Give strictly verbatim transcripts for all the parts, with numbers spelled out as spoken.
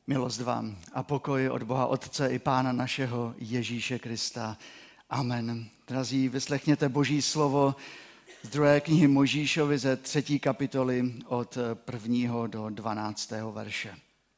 Milost vám a pokoj od Boha Otce i Pána našeho Ježíše Krista. Amen. Drazí, vyslechněte Boží slovo z druhé knihy Mojžíšovi ze třetí kapitoly od prvního do dvanáctého verše.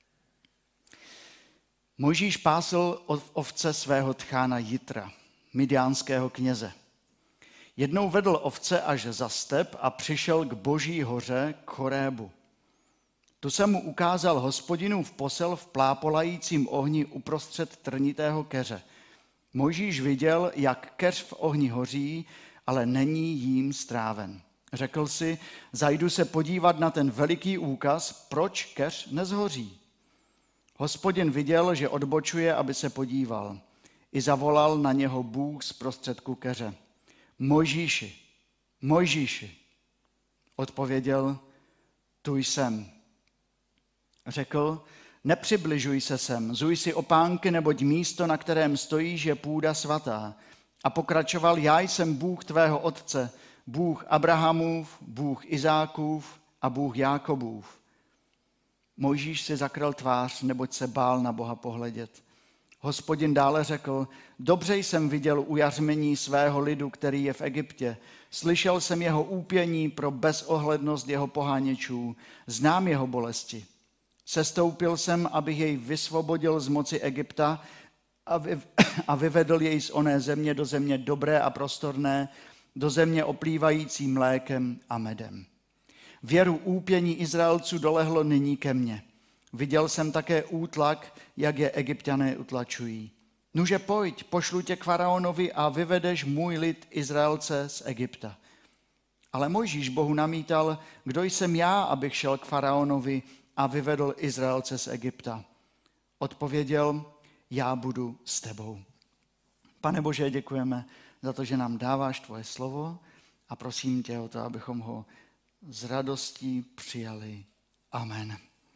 Mojžíš pásl ovce svého tchána Jitra, midiánského kněze. Jednou vedl ovce až za step a přišel k Boží hoře, k Chorébu. Tu se mu ukázal Hospodinův posel v plápolajícím ohni uprostřed trnitého keře. Mojžíš viděl, jak keř v ohni hoří, ale není jím stráven. Řekl si, zajdu se podívat na ten veliký úkaz, proč keř nezhoří. Hospodin viděl, že odbočuje, aby se podíval. I zavolal na něho Bůh z prostředku keře. Mojžíši, Mojžíši, odpověděl, tu jsem. Řekl, nepřibližuj se sem, zuj si opánky, neboť místo, na kterém stojíš, je půda svatá. A pokračoval, já jsem Bůh tvého otce, Bůh Abrahamův, Bůh Izákův a Bůh Jákobův. Mojžíš si zakryl tvář, neboť se bál na Boha pohledět. Hospodin dále řekl, dobře jsem viděl ujařmení svého lidu, který je v Egyptě. Slyšel jsem jeho úpění pro bezohlednost jeho poháněčů, znám jeho bolesti. Sestoupil jsem, abych jej vysvobodil z moci Egypta a vyvedl jej z oné země do země dobré a prostorné, do země oplývající mlékem a medem. Věru úpění Izraelců dolehlo nyní ke mně. Viděl jsem také útlak, jak je Egypťané utlačují. Nuže pojď, pošlu tě k faraonovi a vyvedeš můj lid Izraelce z Egypta. Ale Mojžíš Bohu namítal, kdo jsem já, abych šel k faraonovi a vyvedl Izraelce z Egypta. Odpověděl, já budu s tebou. Pane Bože, děkujeme za to, že nám dáváš tvoje slovo a prosím tě o to, abychom ho s radostí přijali. Amen.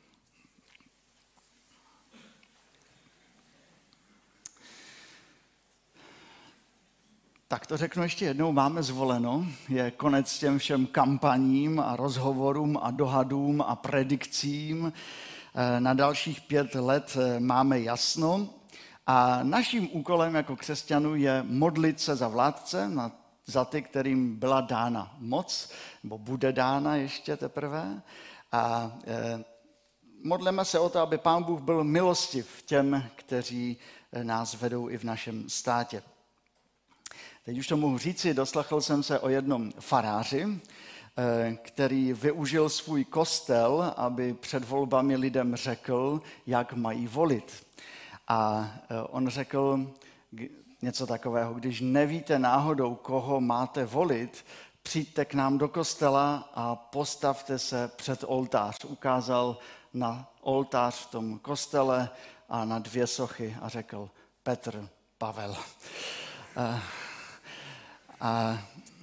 Tak to řeknu ještě jednou, máme zvoleno, je konec těm všem kampaním a rozhovorům a dohadům a predikcím. Na dalších pět let máme jasno a naším úkolem jako křesťanů je modlit se za vládce, za ty, kterým byla dána moc, nebo bude dána ještě teprve. A modlíme se o to, aby Pán Bůh byl milostiv těm, kteří nás vedou i v našem státě. Teď už to mohu říci, doslechl jsem se o jednom faráři, který využil svůj kostel, aby před volbami lidem řekl, jak mají volit. A on řekl něco takového, když nevíte náhodou, koho máte volit, přijďte k nám do kostela a postavte se před oltář. Ukázal na oltář v tom kostele a na dvě sochy a řekl Petr, Pavel. A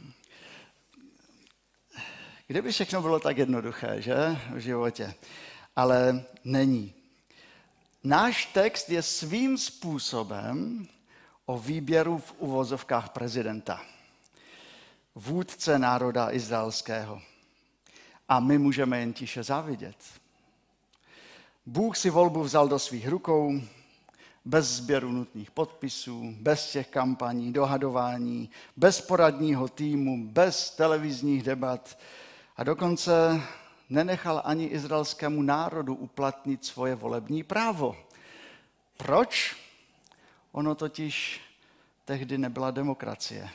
kdyby všechno bylo tak jednoduché, že, v životě, ale není. Náš text je svým způsobem o výběru v uvozovkách prezidenta, vůdce národa izraelského. A my můžeme jen tiše závidět. Bůh si volbu vzal do svých rukou, bez sběru nutných podpisů, bez těch kampaní, dohadování, bez poradního týmu, bez televizních debat a dokonce nenechal ani izraelskému národu uplatnit svoje volební právo. Proč? Ono totiž tehdy nebyla demokracie.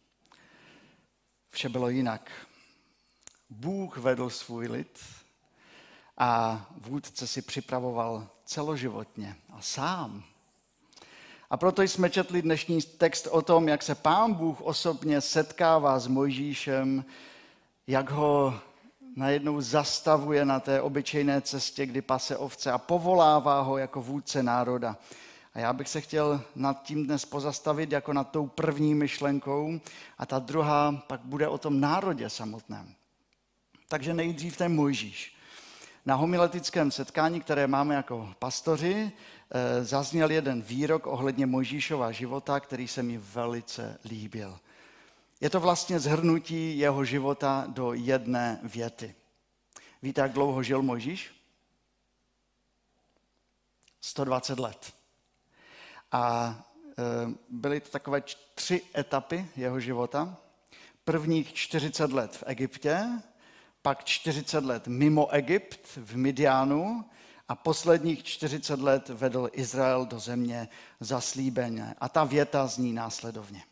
Vše bylo jinak. Bůh vedl svůj lid a vůdce si připravoval celoživotně a sám. A proto jsme četli dnešní text o tom, jak se Pán Bůh osobně setkává s Mojžíšem, jak ho najednou zastavuje na té obyčejné cestě, kdy pase ovce a povolává ho jako vůdce národa. A já bych se chtěl nad tím dnes pozastavit jako nad tou první myšlenkou a ta druhá pak bude o tom národě samotném. Takže nejdřív ten Mojžíš. Na homiletickém setkání, které máme jako pastoři, zazněl jeden výrok ohledně Mojžíšova života, který se mi velice líbil. Je to vlastně shrnutí jeho života do jedné věty. Víte, jak dlouho žil Mojžíš? sto dvacet let. A byly to takové tři etapy jeho života. Prvních čtyřicet let v Egyptě, pak čtyřicet let mimo Egypt v Midianu a posledních čtyřicet let vedl Izrael do země zaslíbené. A ta věta zní následovně.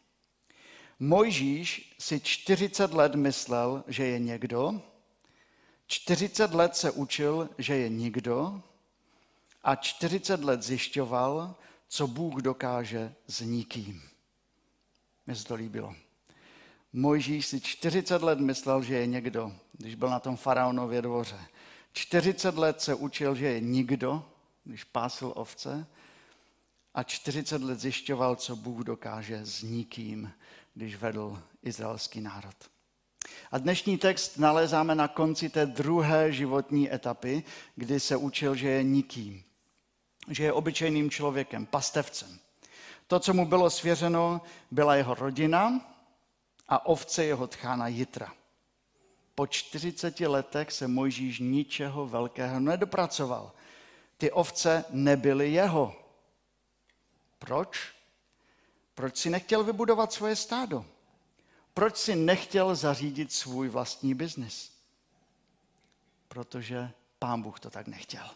Mojžíš si čtyřicet let myslel, že je někdo, čtyřicet let se učil, že je nikdo a čtyřicet let zjišťoval, co Bůh dokáže s nikým. Mně se to líbilo. Mojžíš si čtyřicet let myslel, že je někdo, když byl na tom faraonově dvoře. čtyřicet let se učil, že je nikdo, když pásl ovce. A čtyřicet let zjišťoval, co Bůh dokáže s nikým, když vedl izraelský národ. A dnešní text nalézáme na konci té druhé životní etapy, kdy se učil, že je nikým. Že je obyčejným člověkem, pastevcem. To, co mu bylo svěřeno, byla jeho rodina a ovce jeho tchána Jitra. Po čtyřiceti letech se Mojžíš ničeho velkého nedopracoval. Ty ovce nebyly jeho. Proč? Proč si nechtěl vybudovat svoje stádo? Proč si nechtěl zařídit svůj vlastní biznis? Protože Pán Bůh to tak nechtěl.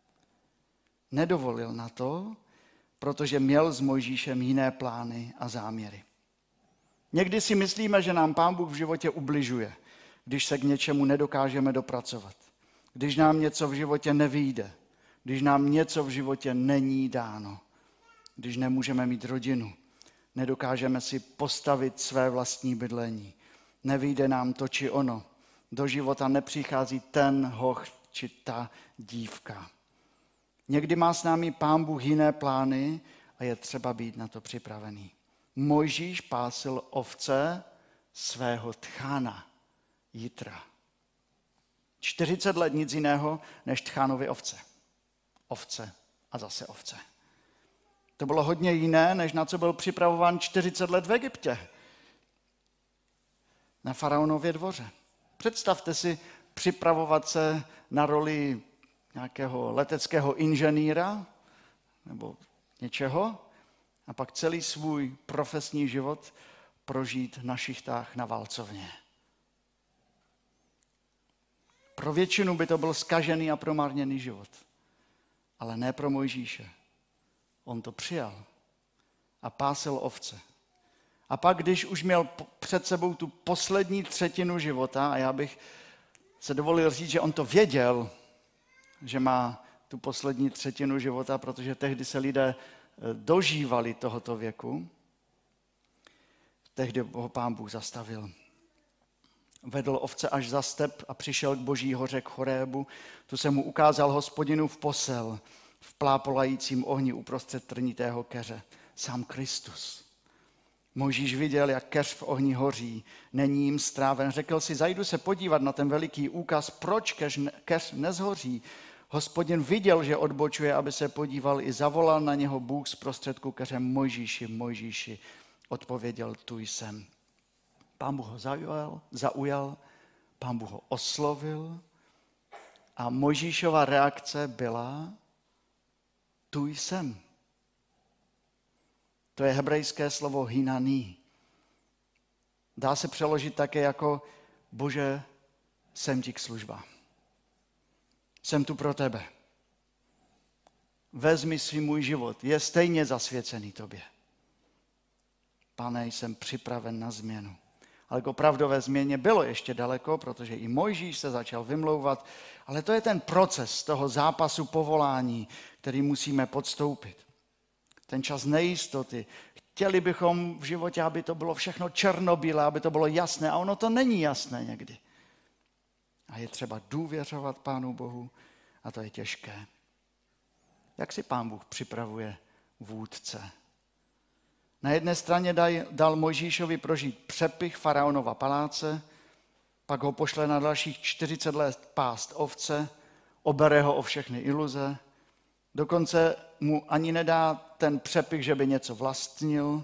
Nedovolil na to, protože měl s Mojžíšem jiné plány a záměry. Někdy si myslíme, že nám Pán Bůh v životě ubližuje, když se k něčemu nedokážeme dopracovat, když nám něco v životě nevyjde, když nám něco v životě není dáno, když nemůžeme mít rodinu, nedokážeme si postavit své vlastní bydlení, nevyjde nám to či ono, do života nepřichází ten hoch či ta dívka. Někdy má s námi Pán Bůh jiné plány a je třeba být na to připravený. Mojžíš pásil ovce svého tchána Jitra. čtyřicet let nic jiného než tchánovi ovce. Ovce a zase ovce. To bylo hodně jiné, než na co byl připravován čtyřicet let v Egyptě. Na faraonově dvoře. Představte si připravovat se na roli nějakého leteckého inženýra nebo něčeho a pak celý svůj profesní život prožít na šichtách na válcovně. Pro většinu by to byl zkažený a promarněný život, ale ne pro Mojžíše. On to přijal a pásil ovce. A pak, když už měl před sebou tu poslední třetinu života, a já bych se dovolil říct, že on to věděl, že má tu poslední třetinu života, protože tehdy se lidé dožívali tohoto věku, tehdy ho Pán Bůh zastavil. Vedl ovce až za step a přišel k Boží hoře k Chorébu. Tu se mu ukázal Hospodinův posel v plápolajícím ohni uprostřed trnitého keře. Sám Kristus. Mojžíš viděl, jak keř v ohni hoří, není jim stráven. Řekl si, zajdu se podívat na ten veliký úkaz, proč keř, keř nezhoří. Hospodin viděl, že odbočuje, aby se podíval, i zavolal na něho Bůh z prostředku keře. Mojžíši, Mojžíši, odpověděl, tu jsem. Pán Bůh ho zaujal, zaujal, Pán Bůh ho oslovil a Mojžíšova reakce byla, tu jsem. To je hebrejské slovo hinani. Dá se přeložit také jako Bože, jsem ti k službám. Jsem tu pro tebe. Vezmi si můj život, je stejně zasvěcený tobě. Pane, jsem připraven na změnu. Ale k opravdové změně bylo ještě daleko, protože i Mojžíš se začal vymlouvat, ale to je ten proces toho zápasu povolání, který musíme podstoupit. Ten čas nejistoty. Chtěli bychom v životě, aby to bylo všechno černobílé, aby to bylo jasné, a ono to není jasné někdy. A je třeba důvěřovat Pánu Bohu a to je těžké. Jak si Pán Bůh připravuje vůdce? Na jedné straně daj, dal Mojžíšovi prožít přepich faraonova paláce, pak ho pošle na dalších čtyřicet let pást ovce, obere ho o všechny iluze, dokonce mu ani nedá ten přepich, že by něco vlastnil.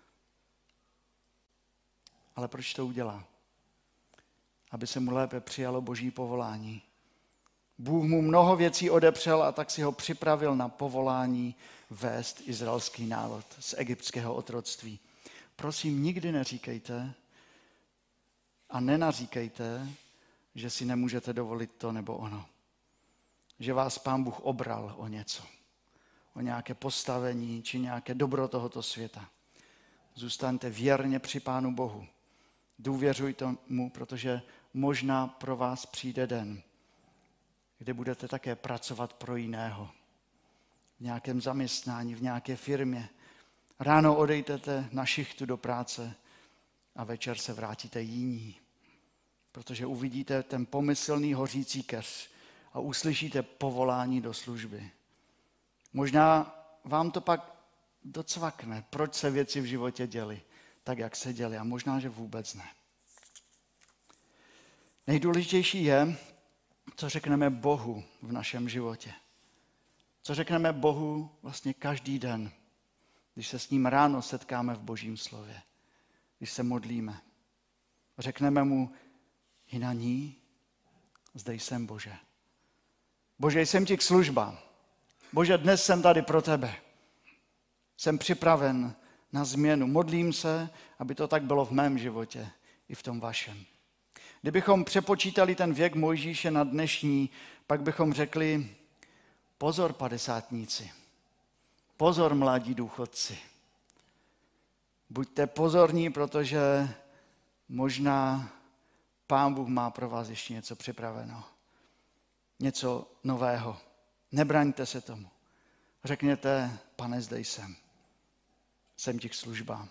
Ale proč to udělá? Aby se mu lépe přijalo Boží povolání. Bůh mu mnoho věcí odepřel a tak si ho připravil na povolání vést izraelský národ z egyptského otroctví. Prosím, nikdy neříkejte a nenaříkejte, že si nemůžete dovolit to nebo ono. Že vás Pán Bůh obral o něco, o nějaké postavení či nějaké dobro tohoto světa. Zůstaňte věrně při Pánu Bohu. Důvěřujte mu, protože možná pro vás přijde den, kde budete také pracovat pro jiného. V nějakém zaměstnání, v nějaké firmě. Ráno odejdete na šichtu do práce a večer se vrátíte jiní. Protože uvidíte ten pomyslný hořící keř a uslyšíte povolání do služby. Možná vám to pak docvakne, proč se věci v životě děly tak, jak se děly, a možná, že vůbec ne. Nejdůležitější je, co řekneme Bohu v našem životě. Co řekneme Bohu vlastně každý den, když se s ním ráno setkáme v Božím slově, když se modlíme. Řekneme mu, i na ní, zde jsem Bože. Bože, jsem ti k službám. Bože, dnes jsem tady pro tebe. Jsem připraven na změnu. Modlím se, aby to tak bylo v mém životě i v tom vašem. Kdybychom přepočítali ten věk Mojžíše na dnešní, pak bychom řekli, pozor padesátníci, pozor mladí důchodci. Buďte pozorní, protože možná Pán Bůh má pro vás ještě něco připraveno. Něco nového. Nebraňte se tomu. Řekněte, Pane, zde jsem. Jsem ti k službám.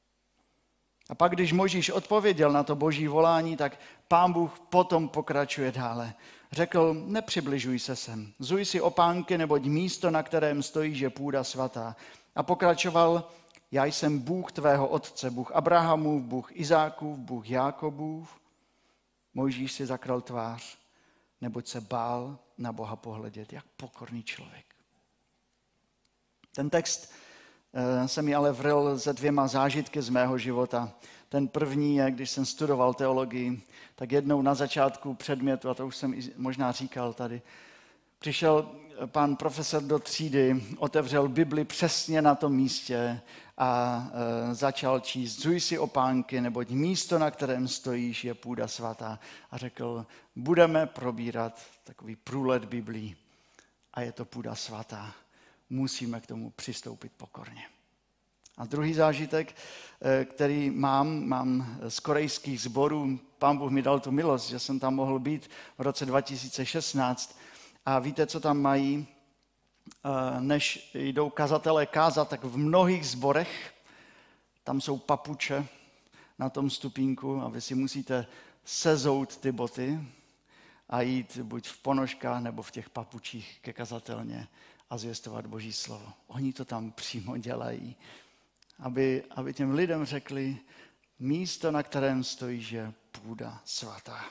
A pak, když Mojžíš odpověděl na to Boží volání, tak Pán Bůh potom pokračuje dále. Řekl, nepřibližuj se sem, zuj si opánky, neboť místo, na kterém stojíš, je půda svatá. A pokračoval, já jsem Bůh tvého otce, Bůh Abrahamův, Bůh Izákův, Bůh Jákobův. Mojžíš si zakryl tvář, neboť se bál na Boha pohledět, jak pokorný člověk. Ten text se mi ale vril se dvěma zážitky z mého života. Ten první je, když jsem studoval teologii, tak jednou na začátku předmětu, a to už jsem možná říkal tady, přišel pan profesor do třídy, otevřel Bibli přesně na tom místě a e, začal číst, zuj si opánky, neboť místo, na kterém stojíš, je půda svatá. A řekl, budeme probírat takový průlet Biblí a je to půda svatá. Musíme k tomu přistoupit pokorně. A druhý zážitek, který mám, mám z korejských sborů. Pán Bůh mi dal tu milost, že jsem tam mohl být v roce dva tisíce šestnáct. A víte, co tam mají? Než jdou kazatelé kázat, tak v mnohých sborech tam jsou papuče na tom stupínku a vy si musíte sezout ty boty a jít buď v ponožkách nebo v těch papučích ke kazatelně a zvěstovat Boží slovo. Oni to tam přímo dělají, aby, aby těm lidem řekli, místo, na kterém stojí, je půda svatá.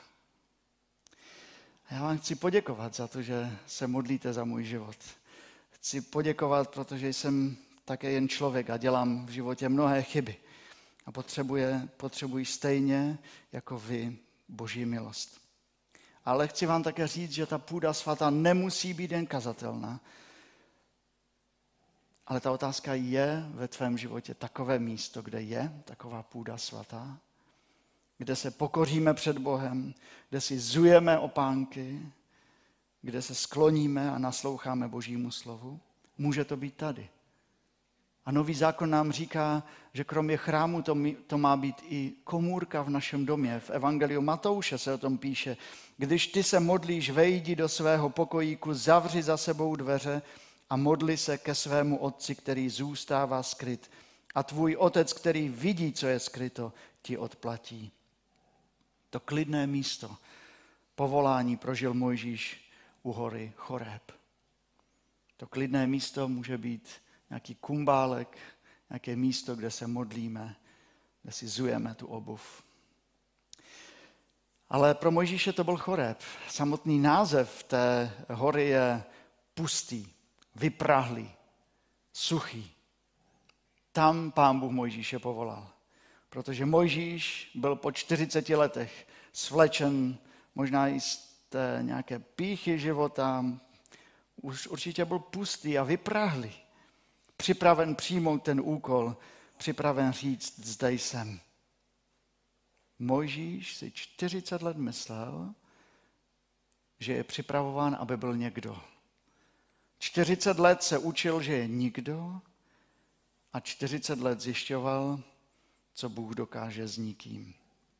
A já vám chci poděkovat za to, že se modlíte za můj život. Chci poděkovat, protože jsem také jen člověk a dělám v životě mnohé chyby. A potřebuje, potřebuji stejně jako vy Boží milost. Ale chci vám také říct, že ta půda svatá nemusí být jen kazatelná. Ale ta otázka je ve tvém životě takové místo, kde je taková půda svatá, kde se pokoříme před Bohem, kde si zujeme opánky, kde se skloníme a nasloucháme Božímu slovu. Může to být tady. A Nový zákon nám říká, že kromě chrámu to, to má být i komůrka v našem domě. V Evangeliu Matouše se o tom píše. Když ty se modlíš, vejdi do svého pokojíku, zavři za sebou dveře a modli se ke svému otci, který zůstává skryt. A tvůj otec, který vidí, co je skryto, ti odplatí. To klidné místo povolání prožil Mojžíš u hory Choreb. To klidné místo může být nějaký kumbálek, nějaké místo, kde se modlíme, kde si zujeme tu obuv. Ale pro Mojžíše to byl Choreb. Samotný název té hory je pustý, vyprahlý, suchý. Tam Pán Bůh Mojžíše povolal. Protože Mojžíš byl po čtyřiceti letech svlečen možná i z té nějaké pýchy života, už určitě byl pustý a vyprahlý. Připraven přijmout ten úkol, připraven říct, zde jsem. Mojžíš si čtyřicet let myslel, že je připravován, aby byl někdo. čtyřicet let se učil, že je nikdo a čtyřicet let zjišťoval, co Bůh dokáže s nikým.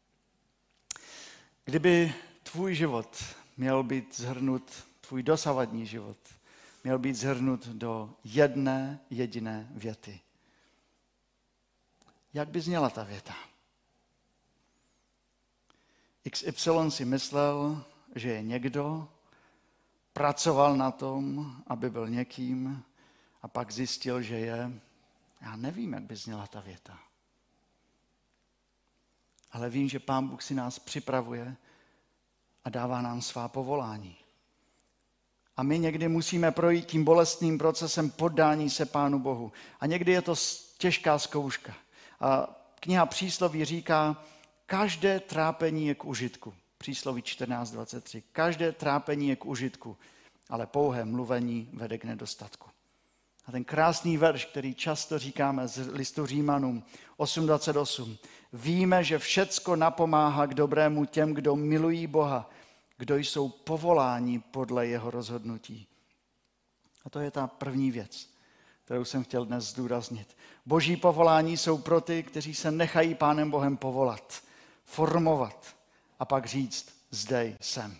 Kdyby tvůj život měl být zhrnut, tvůj dosavadní život, měl být zhrnut do jedné jediné věty. Jak by zněla ta věta? iks ypsilon si myslel, že je někdo, pracoval na tom, aby byl někým a pak zjistil, že je. Já nevím, jak by zněla ta věta. Ale vím, že Pán Bůh si nás připravuje a dává nám svá povolání. A my někdy musíme projít tím bolestným procesem poddání se Pánu Bohu. A někdy je to těžká zkouška. A kniha Přísloví říká, každé trápení je k užitku. Přísloví čtrnáct dvacet tři. Každé trápení je k užitku, ale pouhé mluvení vede k nedostatku. A ten krásný verš, který často říkáme z listu Římanům osm dvacet osm. Víme, že všecko napomáhá k dobrému těm, kdo milují Boha, kdo jsou povoláni podle jeho rozhodnutí. A to je ta první věc, kterou jsem chtěl dnes zdůraznit. Boží povolání jsou pro ty, kteří se nechají Pánem Bohem povolat, formovat a pak říct, zde jsem.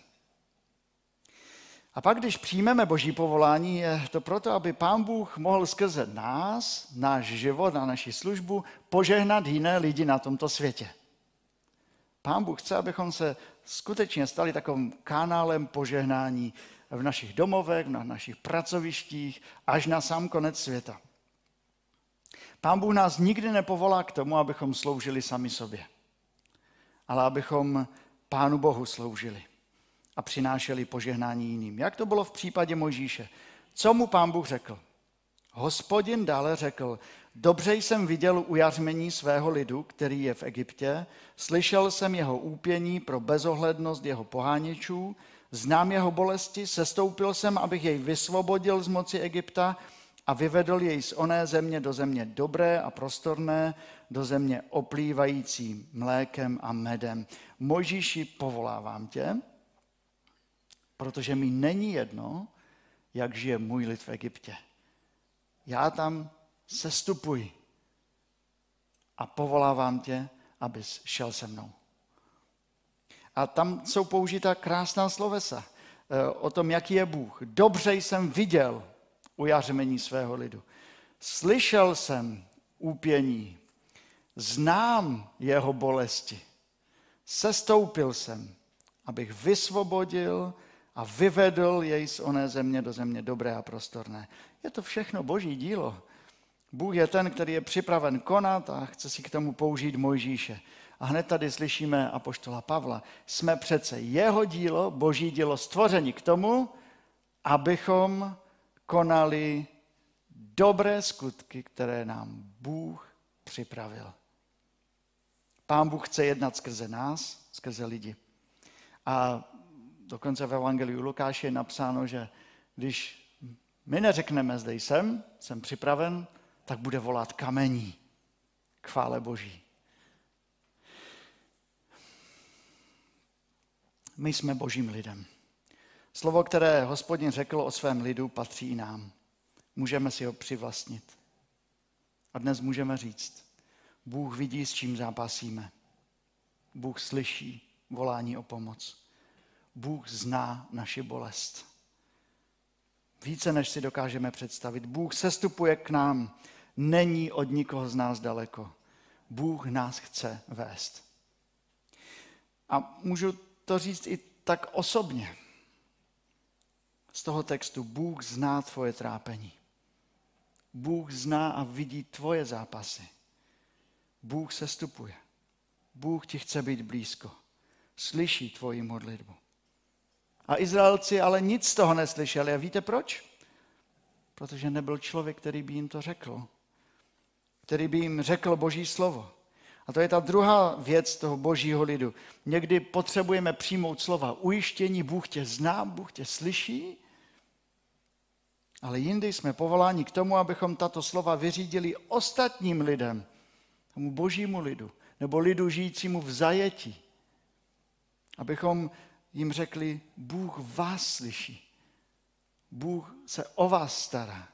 A pak, když přijmeme Boží povolání, je to proto, aby Pán Bůh mohl skrze nás, náš život a naši službu požehnat jiné lidi na tomto světě. Pán Bůh chce, abychom se skutečně stali takovým kanálem požehnání v našich domovech, na našich pracovištích, až na sám konec světa. Pán Bůh nás nikdy nepovolá k tomu, abychom sloužili sami sobě, ale abychom Pánu Bohu sloužili a přinášeli požehnání jiným. Jak to bylo v případě Mojžíše? Co mu Pán Bůh řekl? Hospodin dále řekl, dobře jsem viděl ujařmení svého lidu, který je v Egyptě, slyšel jsem jeho úpění pro bezohlednost jeho poháněčů, znám jeho bolesti, sestoupil jsem, abych jej vysvobodil z moci Egypta a vyvedl jej z oné země do země dobré a prostorné, do země oplývající mlékem a medem. Mojžíši, povolávám tě, protože mi není jedno, jak žije můj lid v Egyptě. Já tam sestupuji a povolávám tě, abys šel se mnou. A tam jsou použita krásná slovesa o tom, jaký je Bůh. Dobře jsem viděl ujařmení svého lidu. Slyšel jsem úpění. Znám jeho bolesti. Sestoupil jsem, abych vysvobodil a vyvedl jej z oné země do země dobré a prostorné. Je to všechno Boží dílo. Bůh je ten, který je připraven konat a chce si k tomu použít Mojžíše. A hned tady slyšíme apoštola Pavla. Jsme přece jeho dílo, Boží dílo stvoření k tomu, abychom konali dobré skutky, které nám Bůh připravil. Pán Bůh chce jednat skrze nás, skrze lidi. A dokonce v Evangeliu Lukáše je napsáno, že když my neřekneme, zde jsem, jsem připraven, tak bude volat kamení k chvále Boží. My jsme Božím lidem. Slovo, které Hospodin řekl o svém lidu, patří i nám. Můžeme si ho přivlastnit. A dnes můžeme říct, Bůh vidí, s čím zápasíme. Bůh slyší volání o pomoc. Bůh zná naši bolest. Více, než si dokážeme představit. Bůh sestupuje k nám, není od nikoho z nás daleko. Bůh nás chce vést. A můžu to říct i tak osobně. Z toho textu Bůh zná tvoje trápení. Bůh zná a vidí tvoje zápasy. Bůh sestupuje. Bůh ti chce být blízko. Slyší tvoji modlitbu. A Izraelci ale nic z toho neslyšeli. A víte proč? Protože nebyl člověk, který by jim to řekl. Který by jim řekl Boží slovo. A to je ta druhá věc toho božího lidu. Někdy potřebujeme přijmout slova ujištění, Bůh tě zná, Bůh tě slyší, ale jindy jsme povoláni k tomu, abychom tato slova vyřídili ostatním lidem, tomu božímu lidu, nebo lidu žijícímu v zajetí. Abychom jim řekli, Bůh vás slyší. Bůh se o vás stará.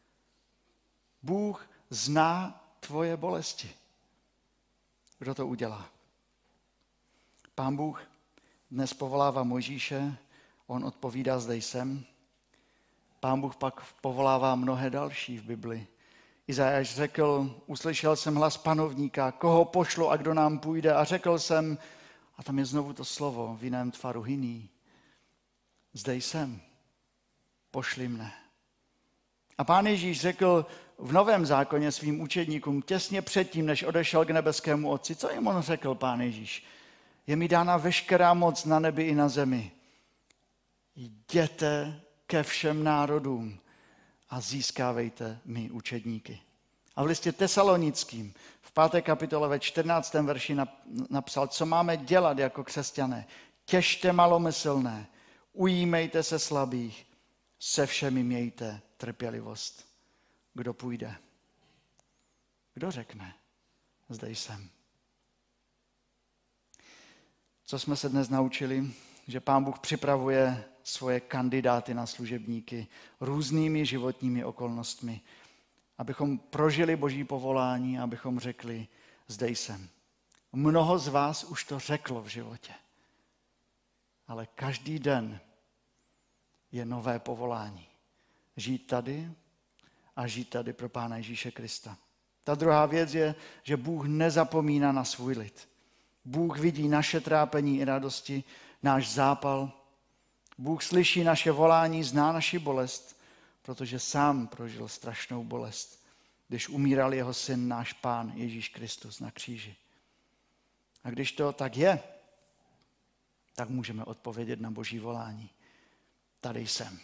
Bůh zná tvoje bolesti. Kdo to udělá? Pán Bůh dnes povolává Mojžíše, on odpovídá, zde jsem. Pán Bůh pak povolává mnohé další v Bibli. Izajáš řekl, uslyšel jsem hlas panovníka, koho pošlu a kdo nám půjde. A řekl jsem, a tam je znovu to slovo v jiném tvaru hyný. Zde jsem, pošli mne. A Pán Ježíš řekl v Novém zákoně svým učedníkům těsně předtím, než odešel k nebeskému Otci. Co jim on řekl, Pán Ježíš? Je mi dána veškerá moc na nebi i na zemi. Jděte ke všem národům a získávejte mi učedníky. A v listě Tesalonickým v páté kapitole ve čtrnáctém verši napsal, co máme dělat jako křesťané. Těžte malomyslné, ujímejte se slabých, se všemi mějte trpělivost. Kdo půjde? Kdo řekne? Zde jsem. Co jsme se dnes naučili? Že Pán Bůh připravuje svoje kandidáty na služebníky různými životními okolnostmi, abychom prožili boží povolání, abychom řekli, zde jsem. Mnoho z vás už to řeklo v životě, ale každý den je nové povolání. Žít tady a žít tady pro Pána Ježíše Krista. Ta druhá věc je, že Bůh nezapomíná na svůj lid. Bůh vidí naše trápení i radosti, náš zápal. Bůh slyší naše volání, zná naši bolest, protože sám prožil strašnou bolest, když umíral jeho syn, náš Pán Ježíš Kristus na kříži. A když to tak je, tak můžeme odpovědět na boží volání. Tady jsem.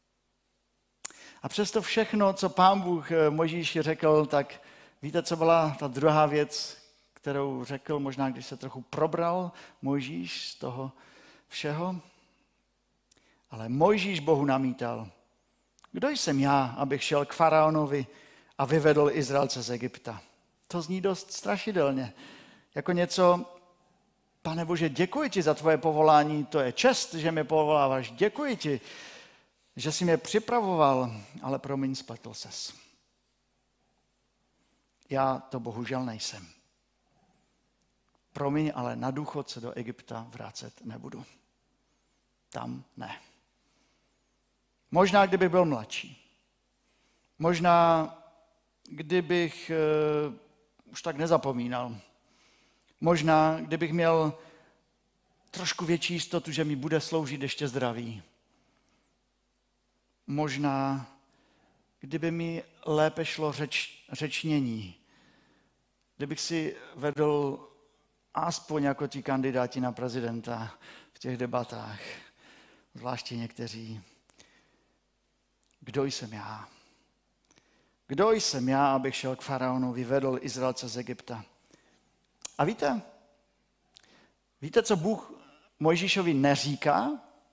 A přesto všechno, co Pán Bůh Mojžíši řekl, tak víte, co byla ta druhá věc, kterou řekl, možná když se trochu probral Mojžíš z toho všeho? Ale Mojžíš Bohu namítal, kdo jsem já, abych šel k faraonovi a vyvedl Izraelce z Egypta. To zní dost strašidelně. Jako něco, Pane Bože, děkuji ti za tvoje povolání, to je čest, že mě povoláváš, děkuji ti, že jsi mě připravoval, ale promiň, spletl ses. Já to bohužel nejsem. Promiň, ale na důchod se do Egypta vrátit nebudu. Tam ne. Možná, kdybych byl mladší. Možná, kdybych e, už tak nezapomínal. Možná, kdybych měl trošku větší jistotu, že mi bude sloužit ještě zdraví. Možná, kdyby mi lépe šlo řeč, řečnění. Kdybych si vedl aspoň jako ti kandidáti na prezidenta v těch debatách, zvláště někteří. Kdo jsem já? Kdo jsem já, abych šel k faraonu, vyvedl Izraelce z Egypta? A víte, víte, co Bůh Mojžíšovi neříká?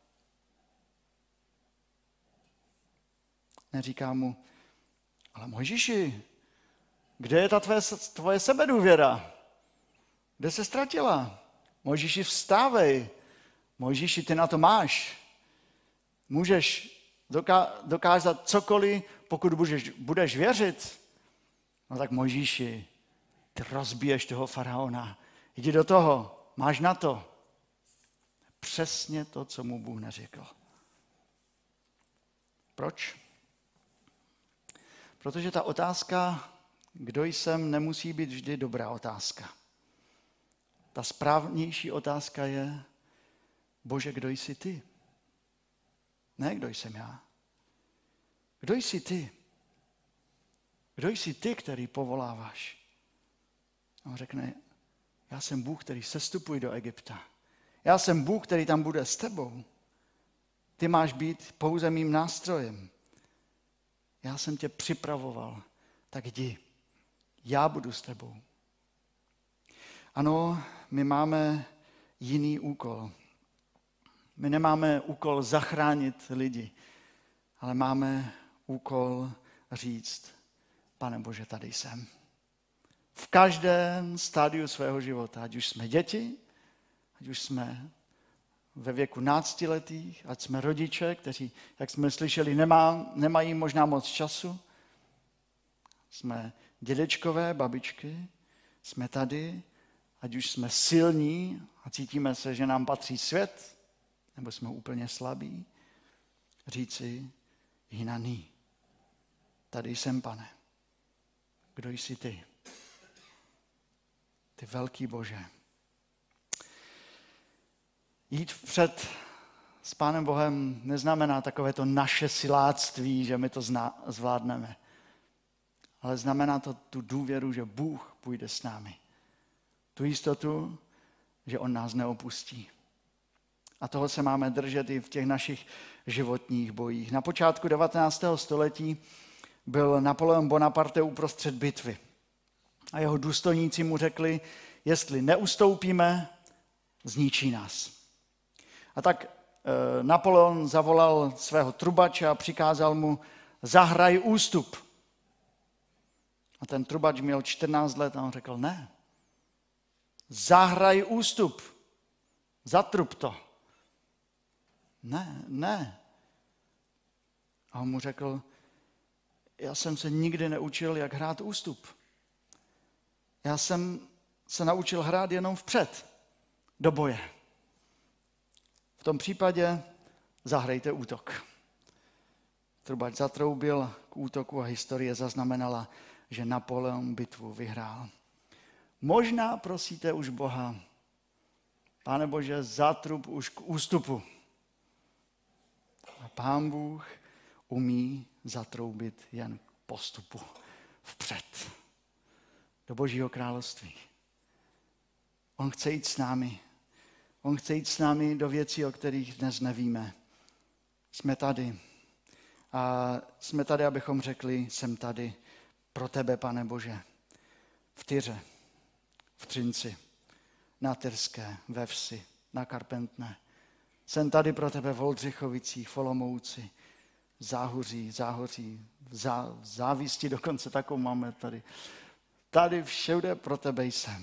Neříká mu, ale Mojžíši, kde je ta tvoje, tvoje sebedůvěra? Kde se ztratila? Mojžíši, vstávej. Mojžíši, ty na to máš. Můžeš doká- dokázat cokoliv, pokud budeš, budeš věřit. No tak Mojžíši, ty rozbiješ toho faraona. Jdi do toho, máš na to. Přesně to, co mu Bůh neřekl. Proč? Protože ta otázka, kdo jsem, nemusí být vždy dobrá otázka. Ta správnější otázka je, Bože, kdo jsi ty? Ne, kdo jsem já. Kdo jsi ty? Kdo jsi ty, který povoláváš? On řekne, já jsem Bůh, který sestupuje do Egypta. Já jsem Bůh, který tam bude s tebou. Ty máš být pouze mým nástrojem. Já jsem tě připravoval, tak jdi. Já budu s tebou. Ano, my máme jiný úkol. My nemáme úkol zachránit lidi, ale máme úkol říct, Pane Bože, tady jsem. V každém stádiu svého života, ať už jsme děti, ať už jsme ve věku náctiletých, ať jsme rodiče, kteří, jak jsme slyšeli, nemá, nemají možná moc času, jsme dědečkové, babičky, jsme tady, ať už jsme silní a cítíme se, že nám patří svět, nebo jsme úplně slabí, říci Hinaný. Tady jsem, Pane. Kdo jsi ty? Ty velký Bože. Jít vpřed s Pánem Bohem neznamená takové to naše siláctví, že my to zna, zvládneme. Ale znamená to tu důvěru, že Bůh půjde s námi. Tu jistotu, že On nás neopustí. A toho se máme držet i v těch našich životních bojích. Na počátku devatenáctého století byl Napoleon Bonaparte uprostřed bitvy. A jeho důstojníci mu řekli, jestli neustoupíme, zničí nás. A tak e, Napoleon zavolal svého trubače a přikázal mu, zahraj ústup. A ten trubač měl čtrnáct let a on řekl, ne, zahraj ústup, zatrub to. Ne, ne. A on mu řekl, já jsem se nikdy neučil, jak hrát ústup. Já jsem se naučil hrát jenom vpřed, do boje. V tom případě zahrajte útok. Trubač zatroubil k útoku a historie zaznamenala, že Napoleon bitvu vyhrál. Možná prosíte už Boha, Pane Bože, zatrub už k ústupu. A Pán Bůh umí zatroubit jen k postupu vpřed do Božího království. On chce jít s námi. On chce jít s námi do věcí, o kterých dnes nevíme. Jsme tady. A jsme tady, abychom řekli, jsem tady pro tebe, Pane Bože. V Tyře, v Třinci, na Tyrské, ve Vsi, na Karpentné. Jsem tady pro tebe v Oldřichovicích, v Olomouci, v Záhoří, Záhoří, v, zá, v Závisti, dokonce takovou máme tady. Tady všude pro tebe jsem.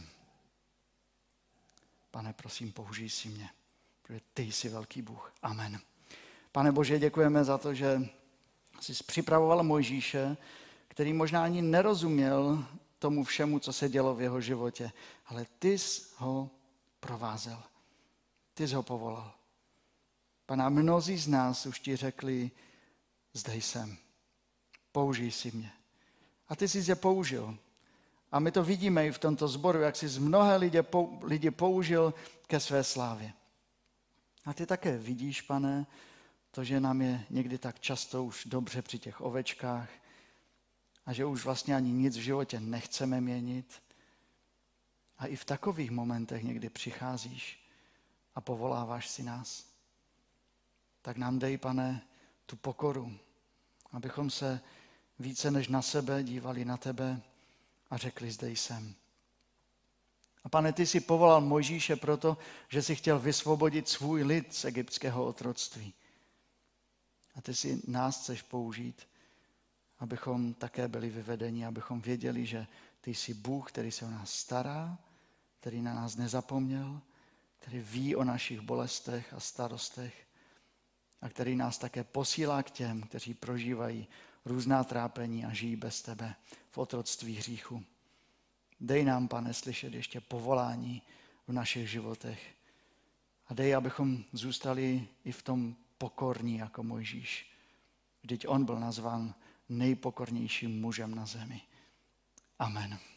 Pane, prosím, použij si mě, protože ty jsi velký Bůh. Amen. Pane Bože, děkujeme za to, že jsi připravoval Mojžíše, který možná ani nerozuměl tomu všemu, co se dělo v jeho životě, ale ty jsi ho provázel. Ty jsi ho povolal. Pane, mnozí z nás už ti řekli, zde jsem, použij si mě. A ty jsi je použil. A my to vidíme i v tomto sboru, jak jsi z mnohé lidi, lidi použil ke své slávě. A ty také vidíš, Pane, to, že nám je někdy tak často už dobře při těch ovečkách a že už vlastně ani nic v životě nechceme měnit. A i v takových momentech někdy přicházíš a povoláváš si nás. Tak nám dej, Pane, tu pokoru, abychom se více než na sebe dívali na tebe a řekli, zde jsem. A Pane, ty jsi povolal Mojžíše proto, že jsi chtěl vysvobodit svůj lid z egyptského otroctví. A ty si nás chceš použít, abychom také byli vyvedeni, abychom věděli, že ty jsi Bůh, který se o nás stará, který na nás nezapomněl, který ví o našich bolestech a starostech a který nás také posílá k těm, kteří prožívají různá trápení a žijí bez tebe v otroctví hříchu. Dej nám, Pane, slyšet ještě povolání v našich životech a dej, abychom zůstali i v tom pokorní jako Mojžíš. Vždyť on byl nazván nejpokornějším mužem na zemi. Amen.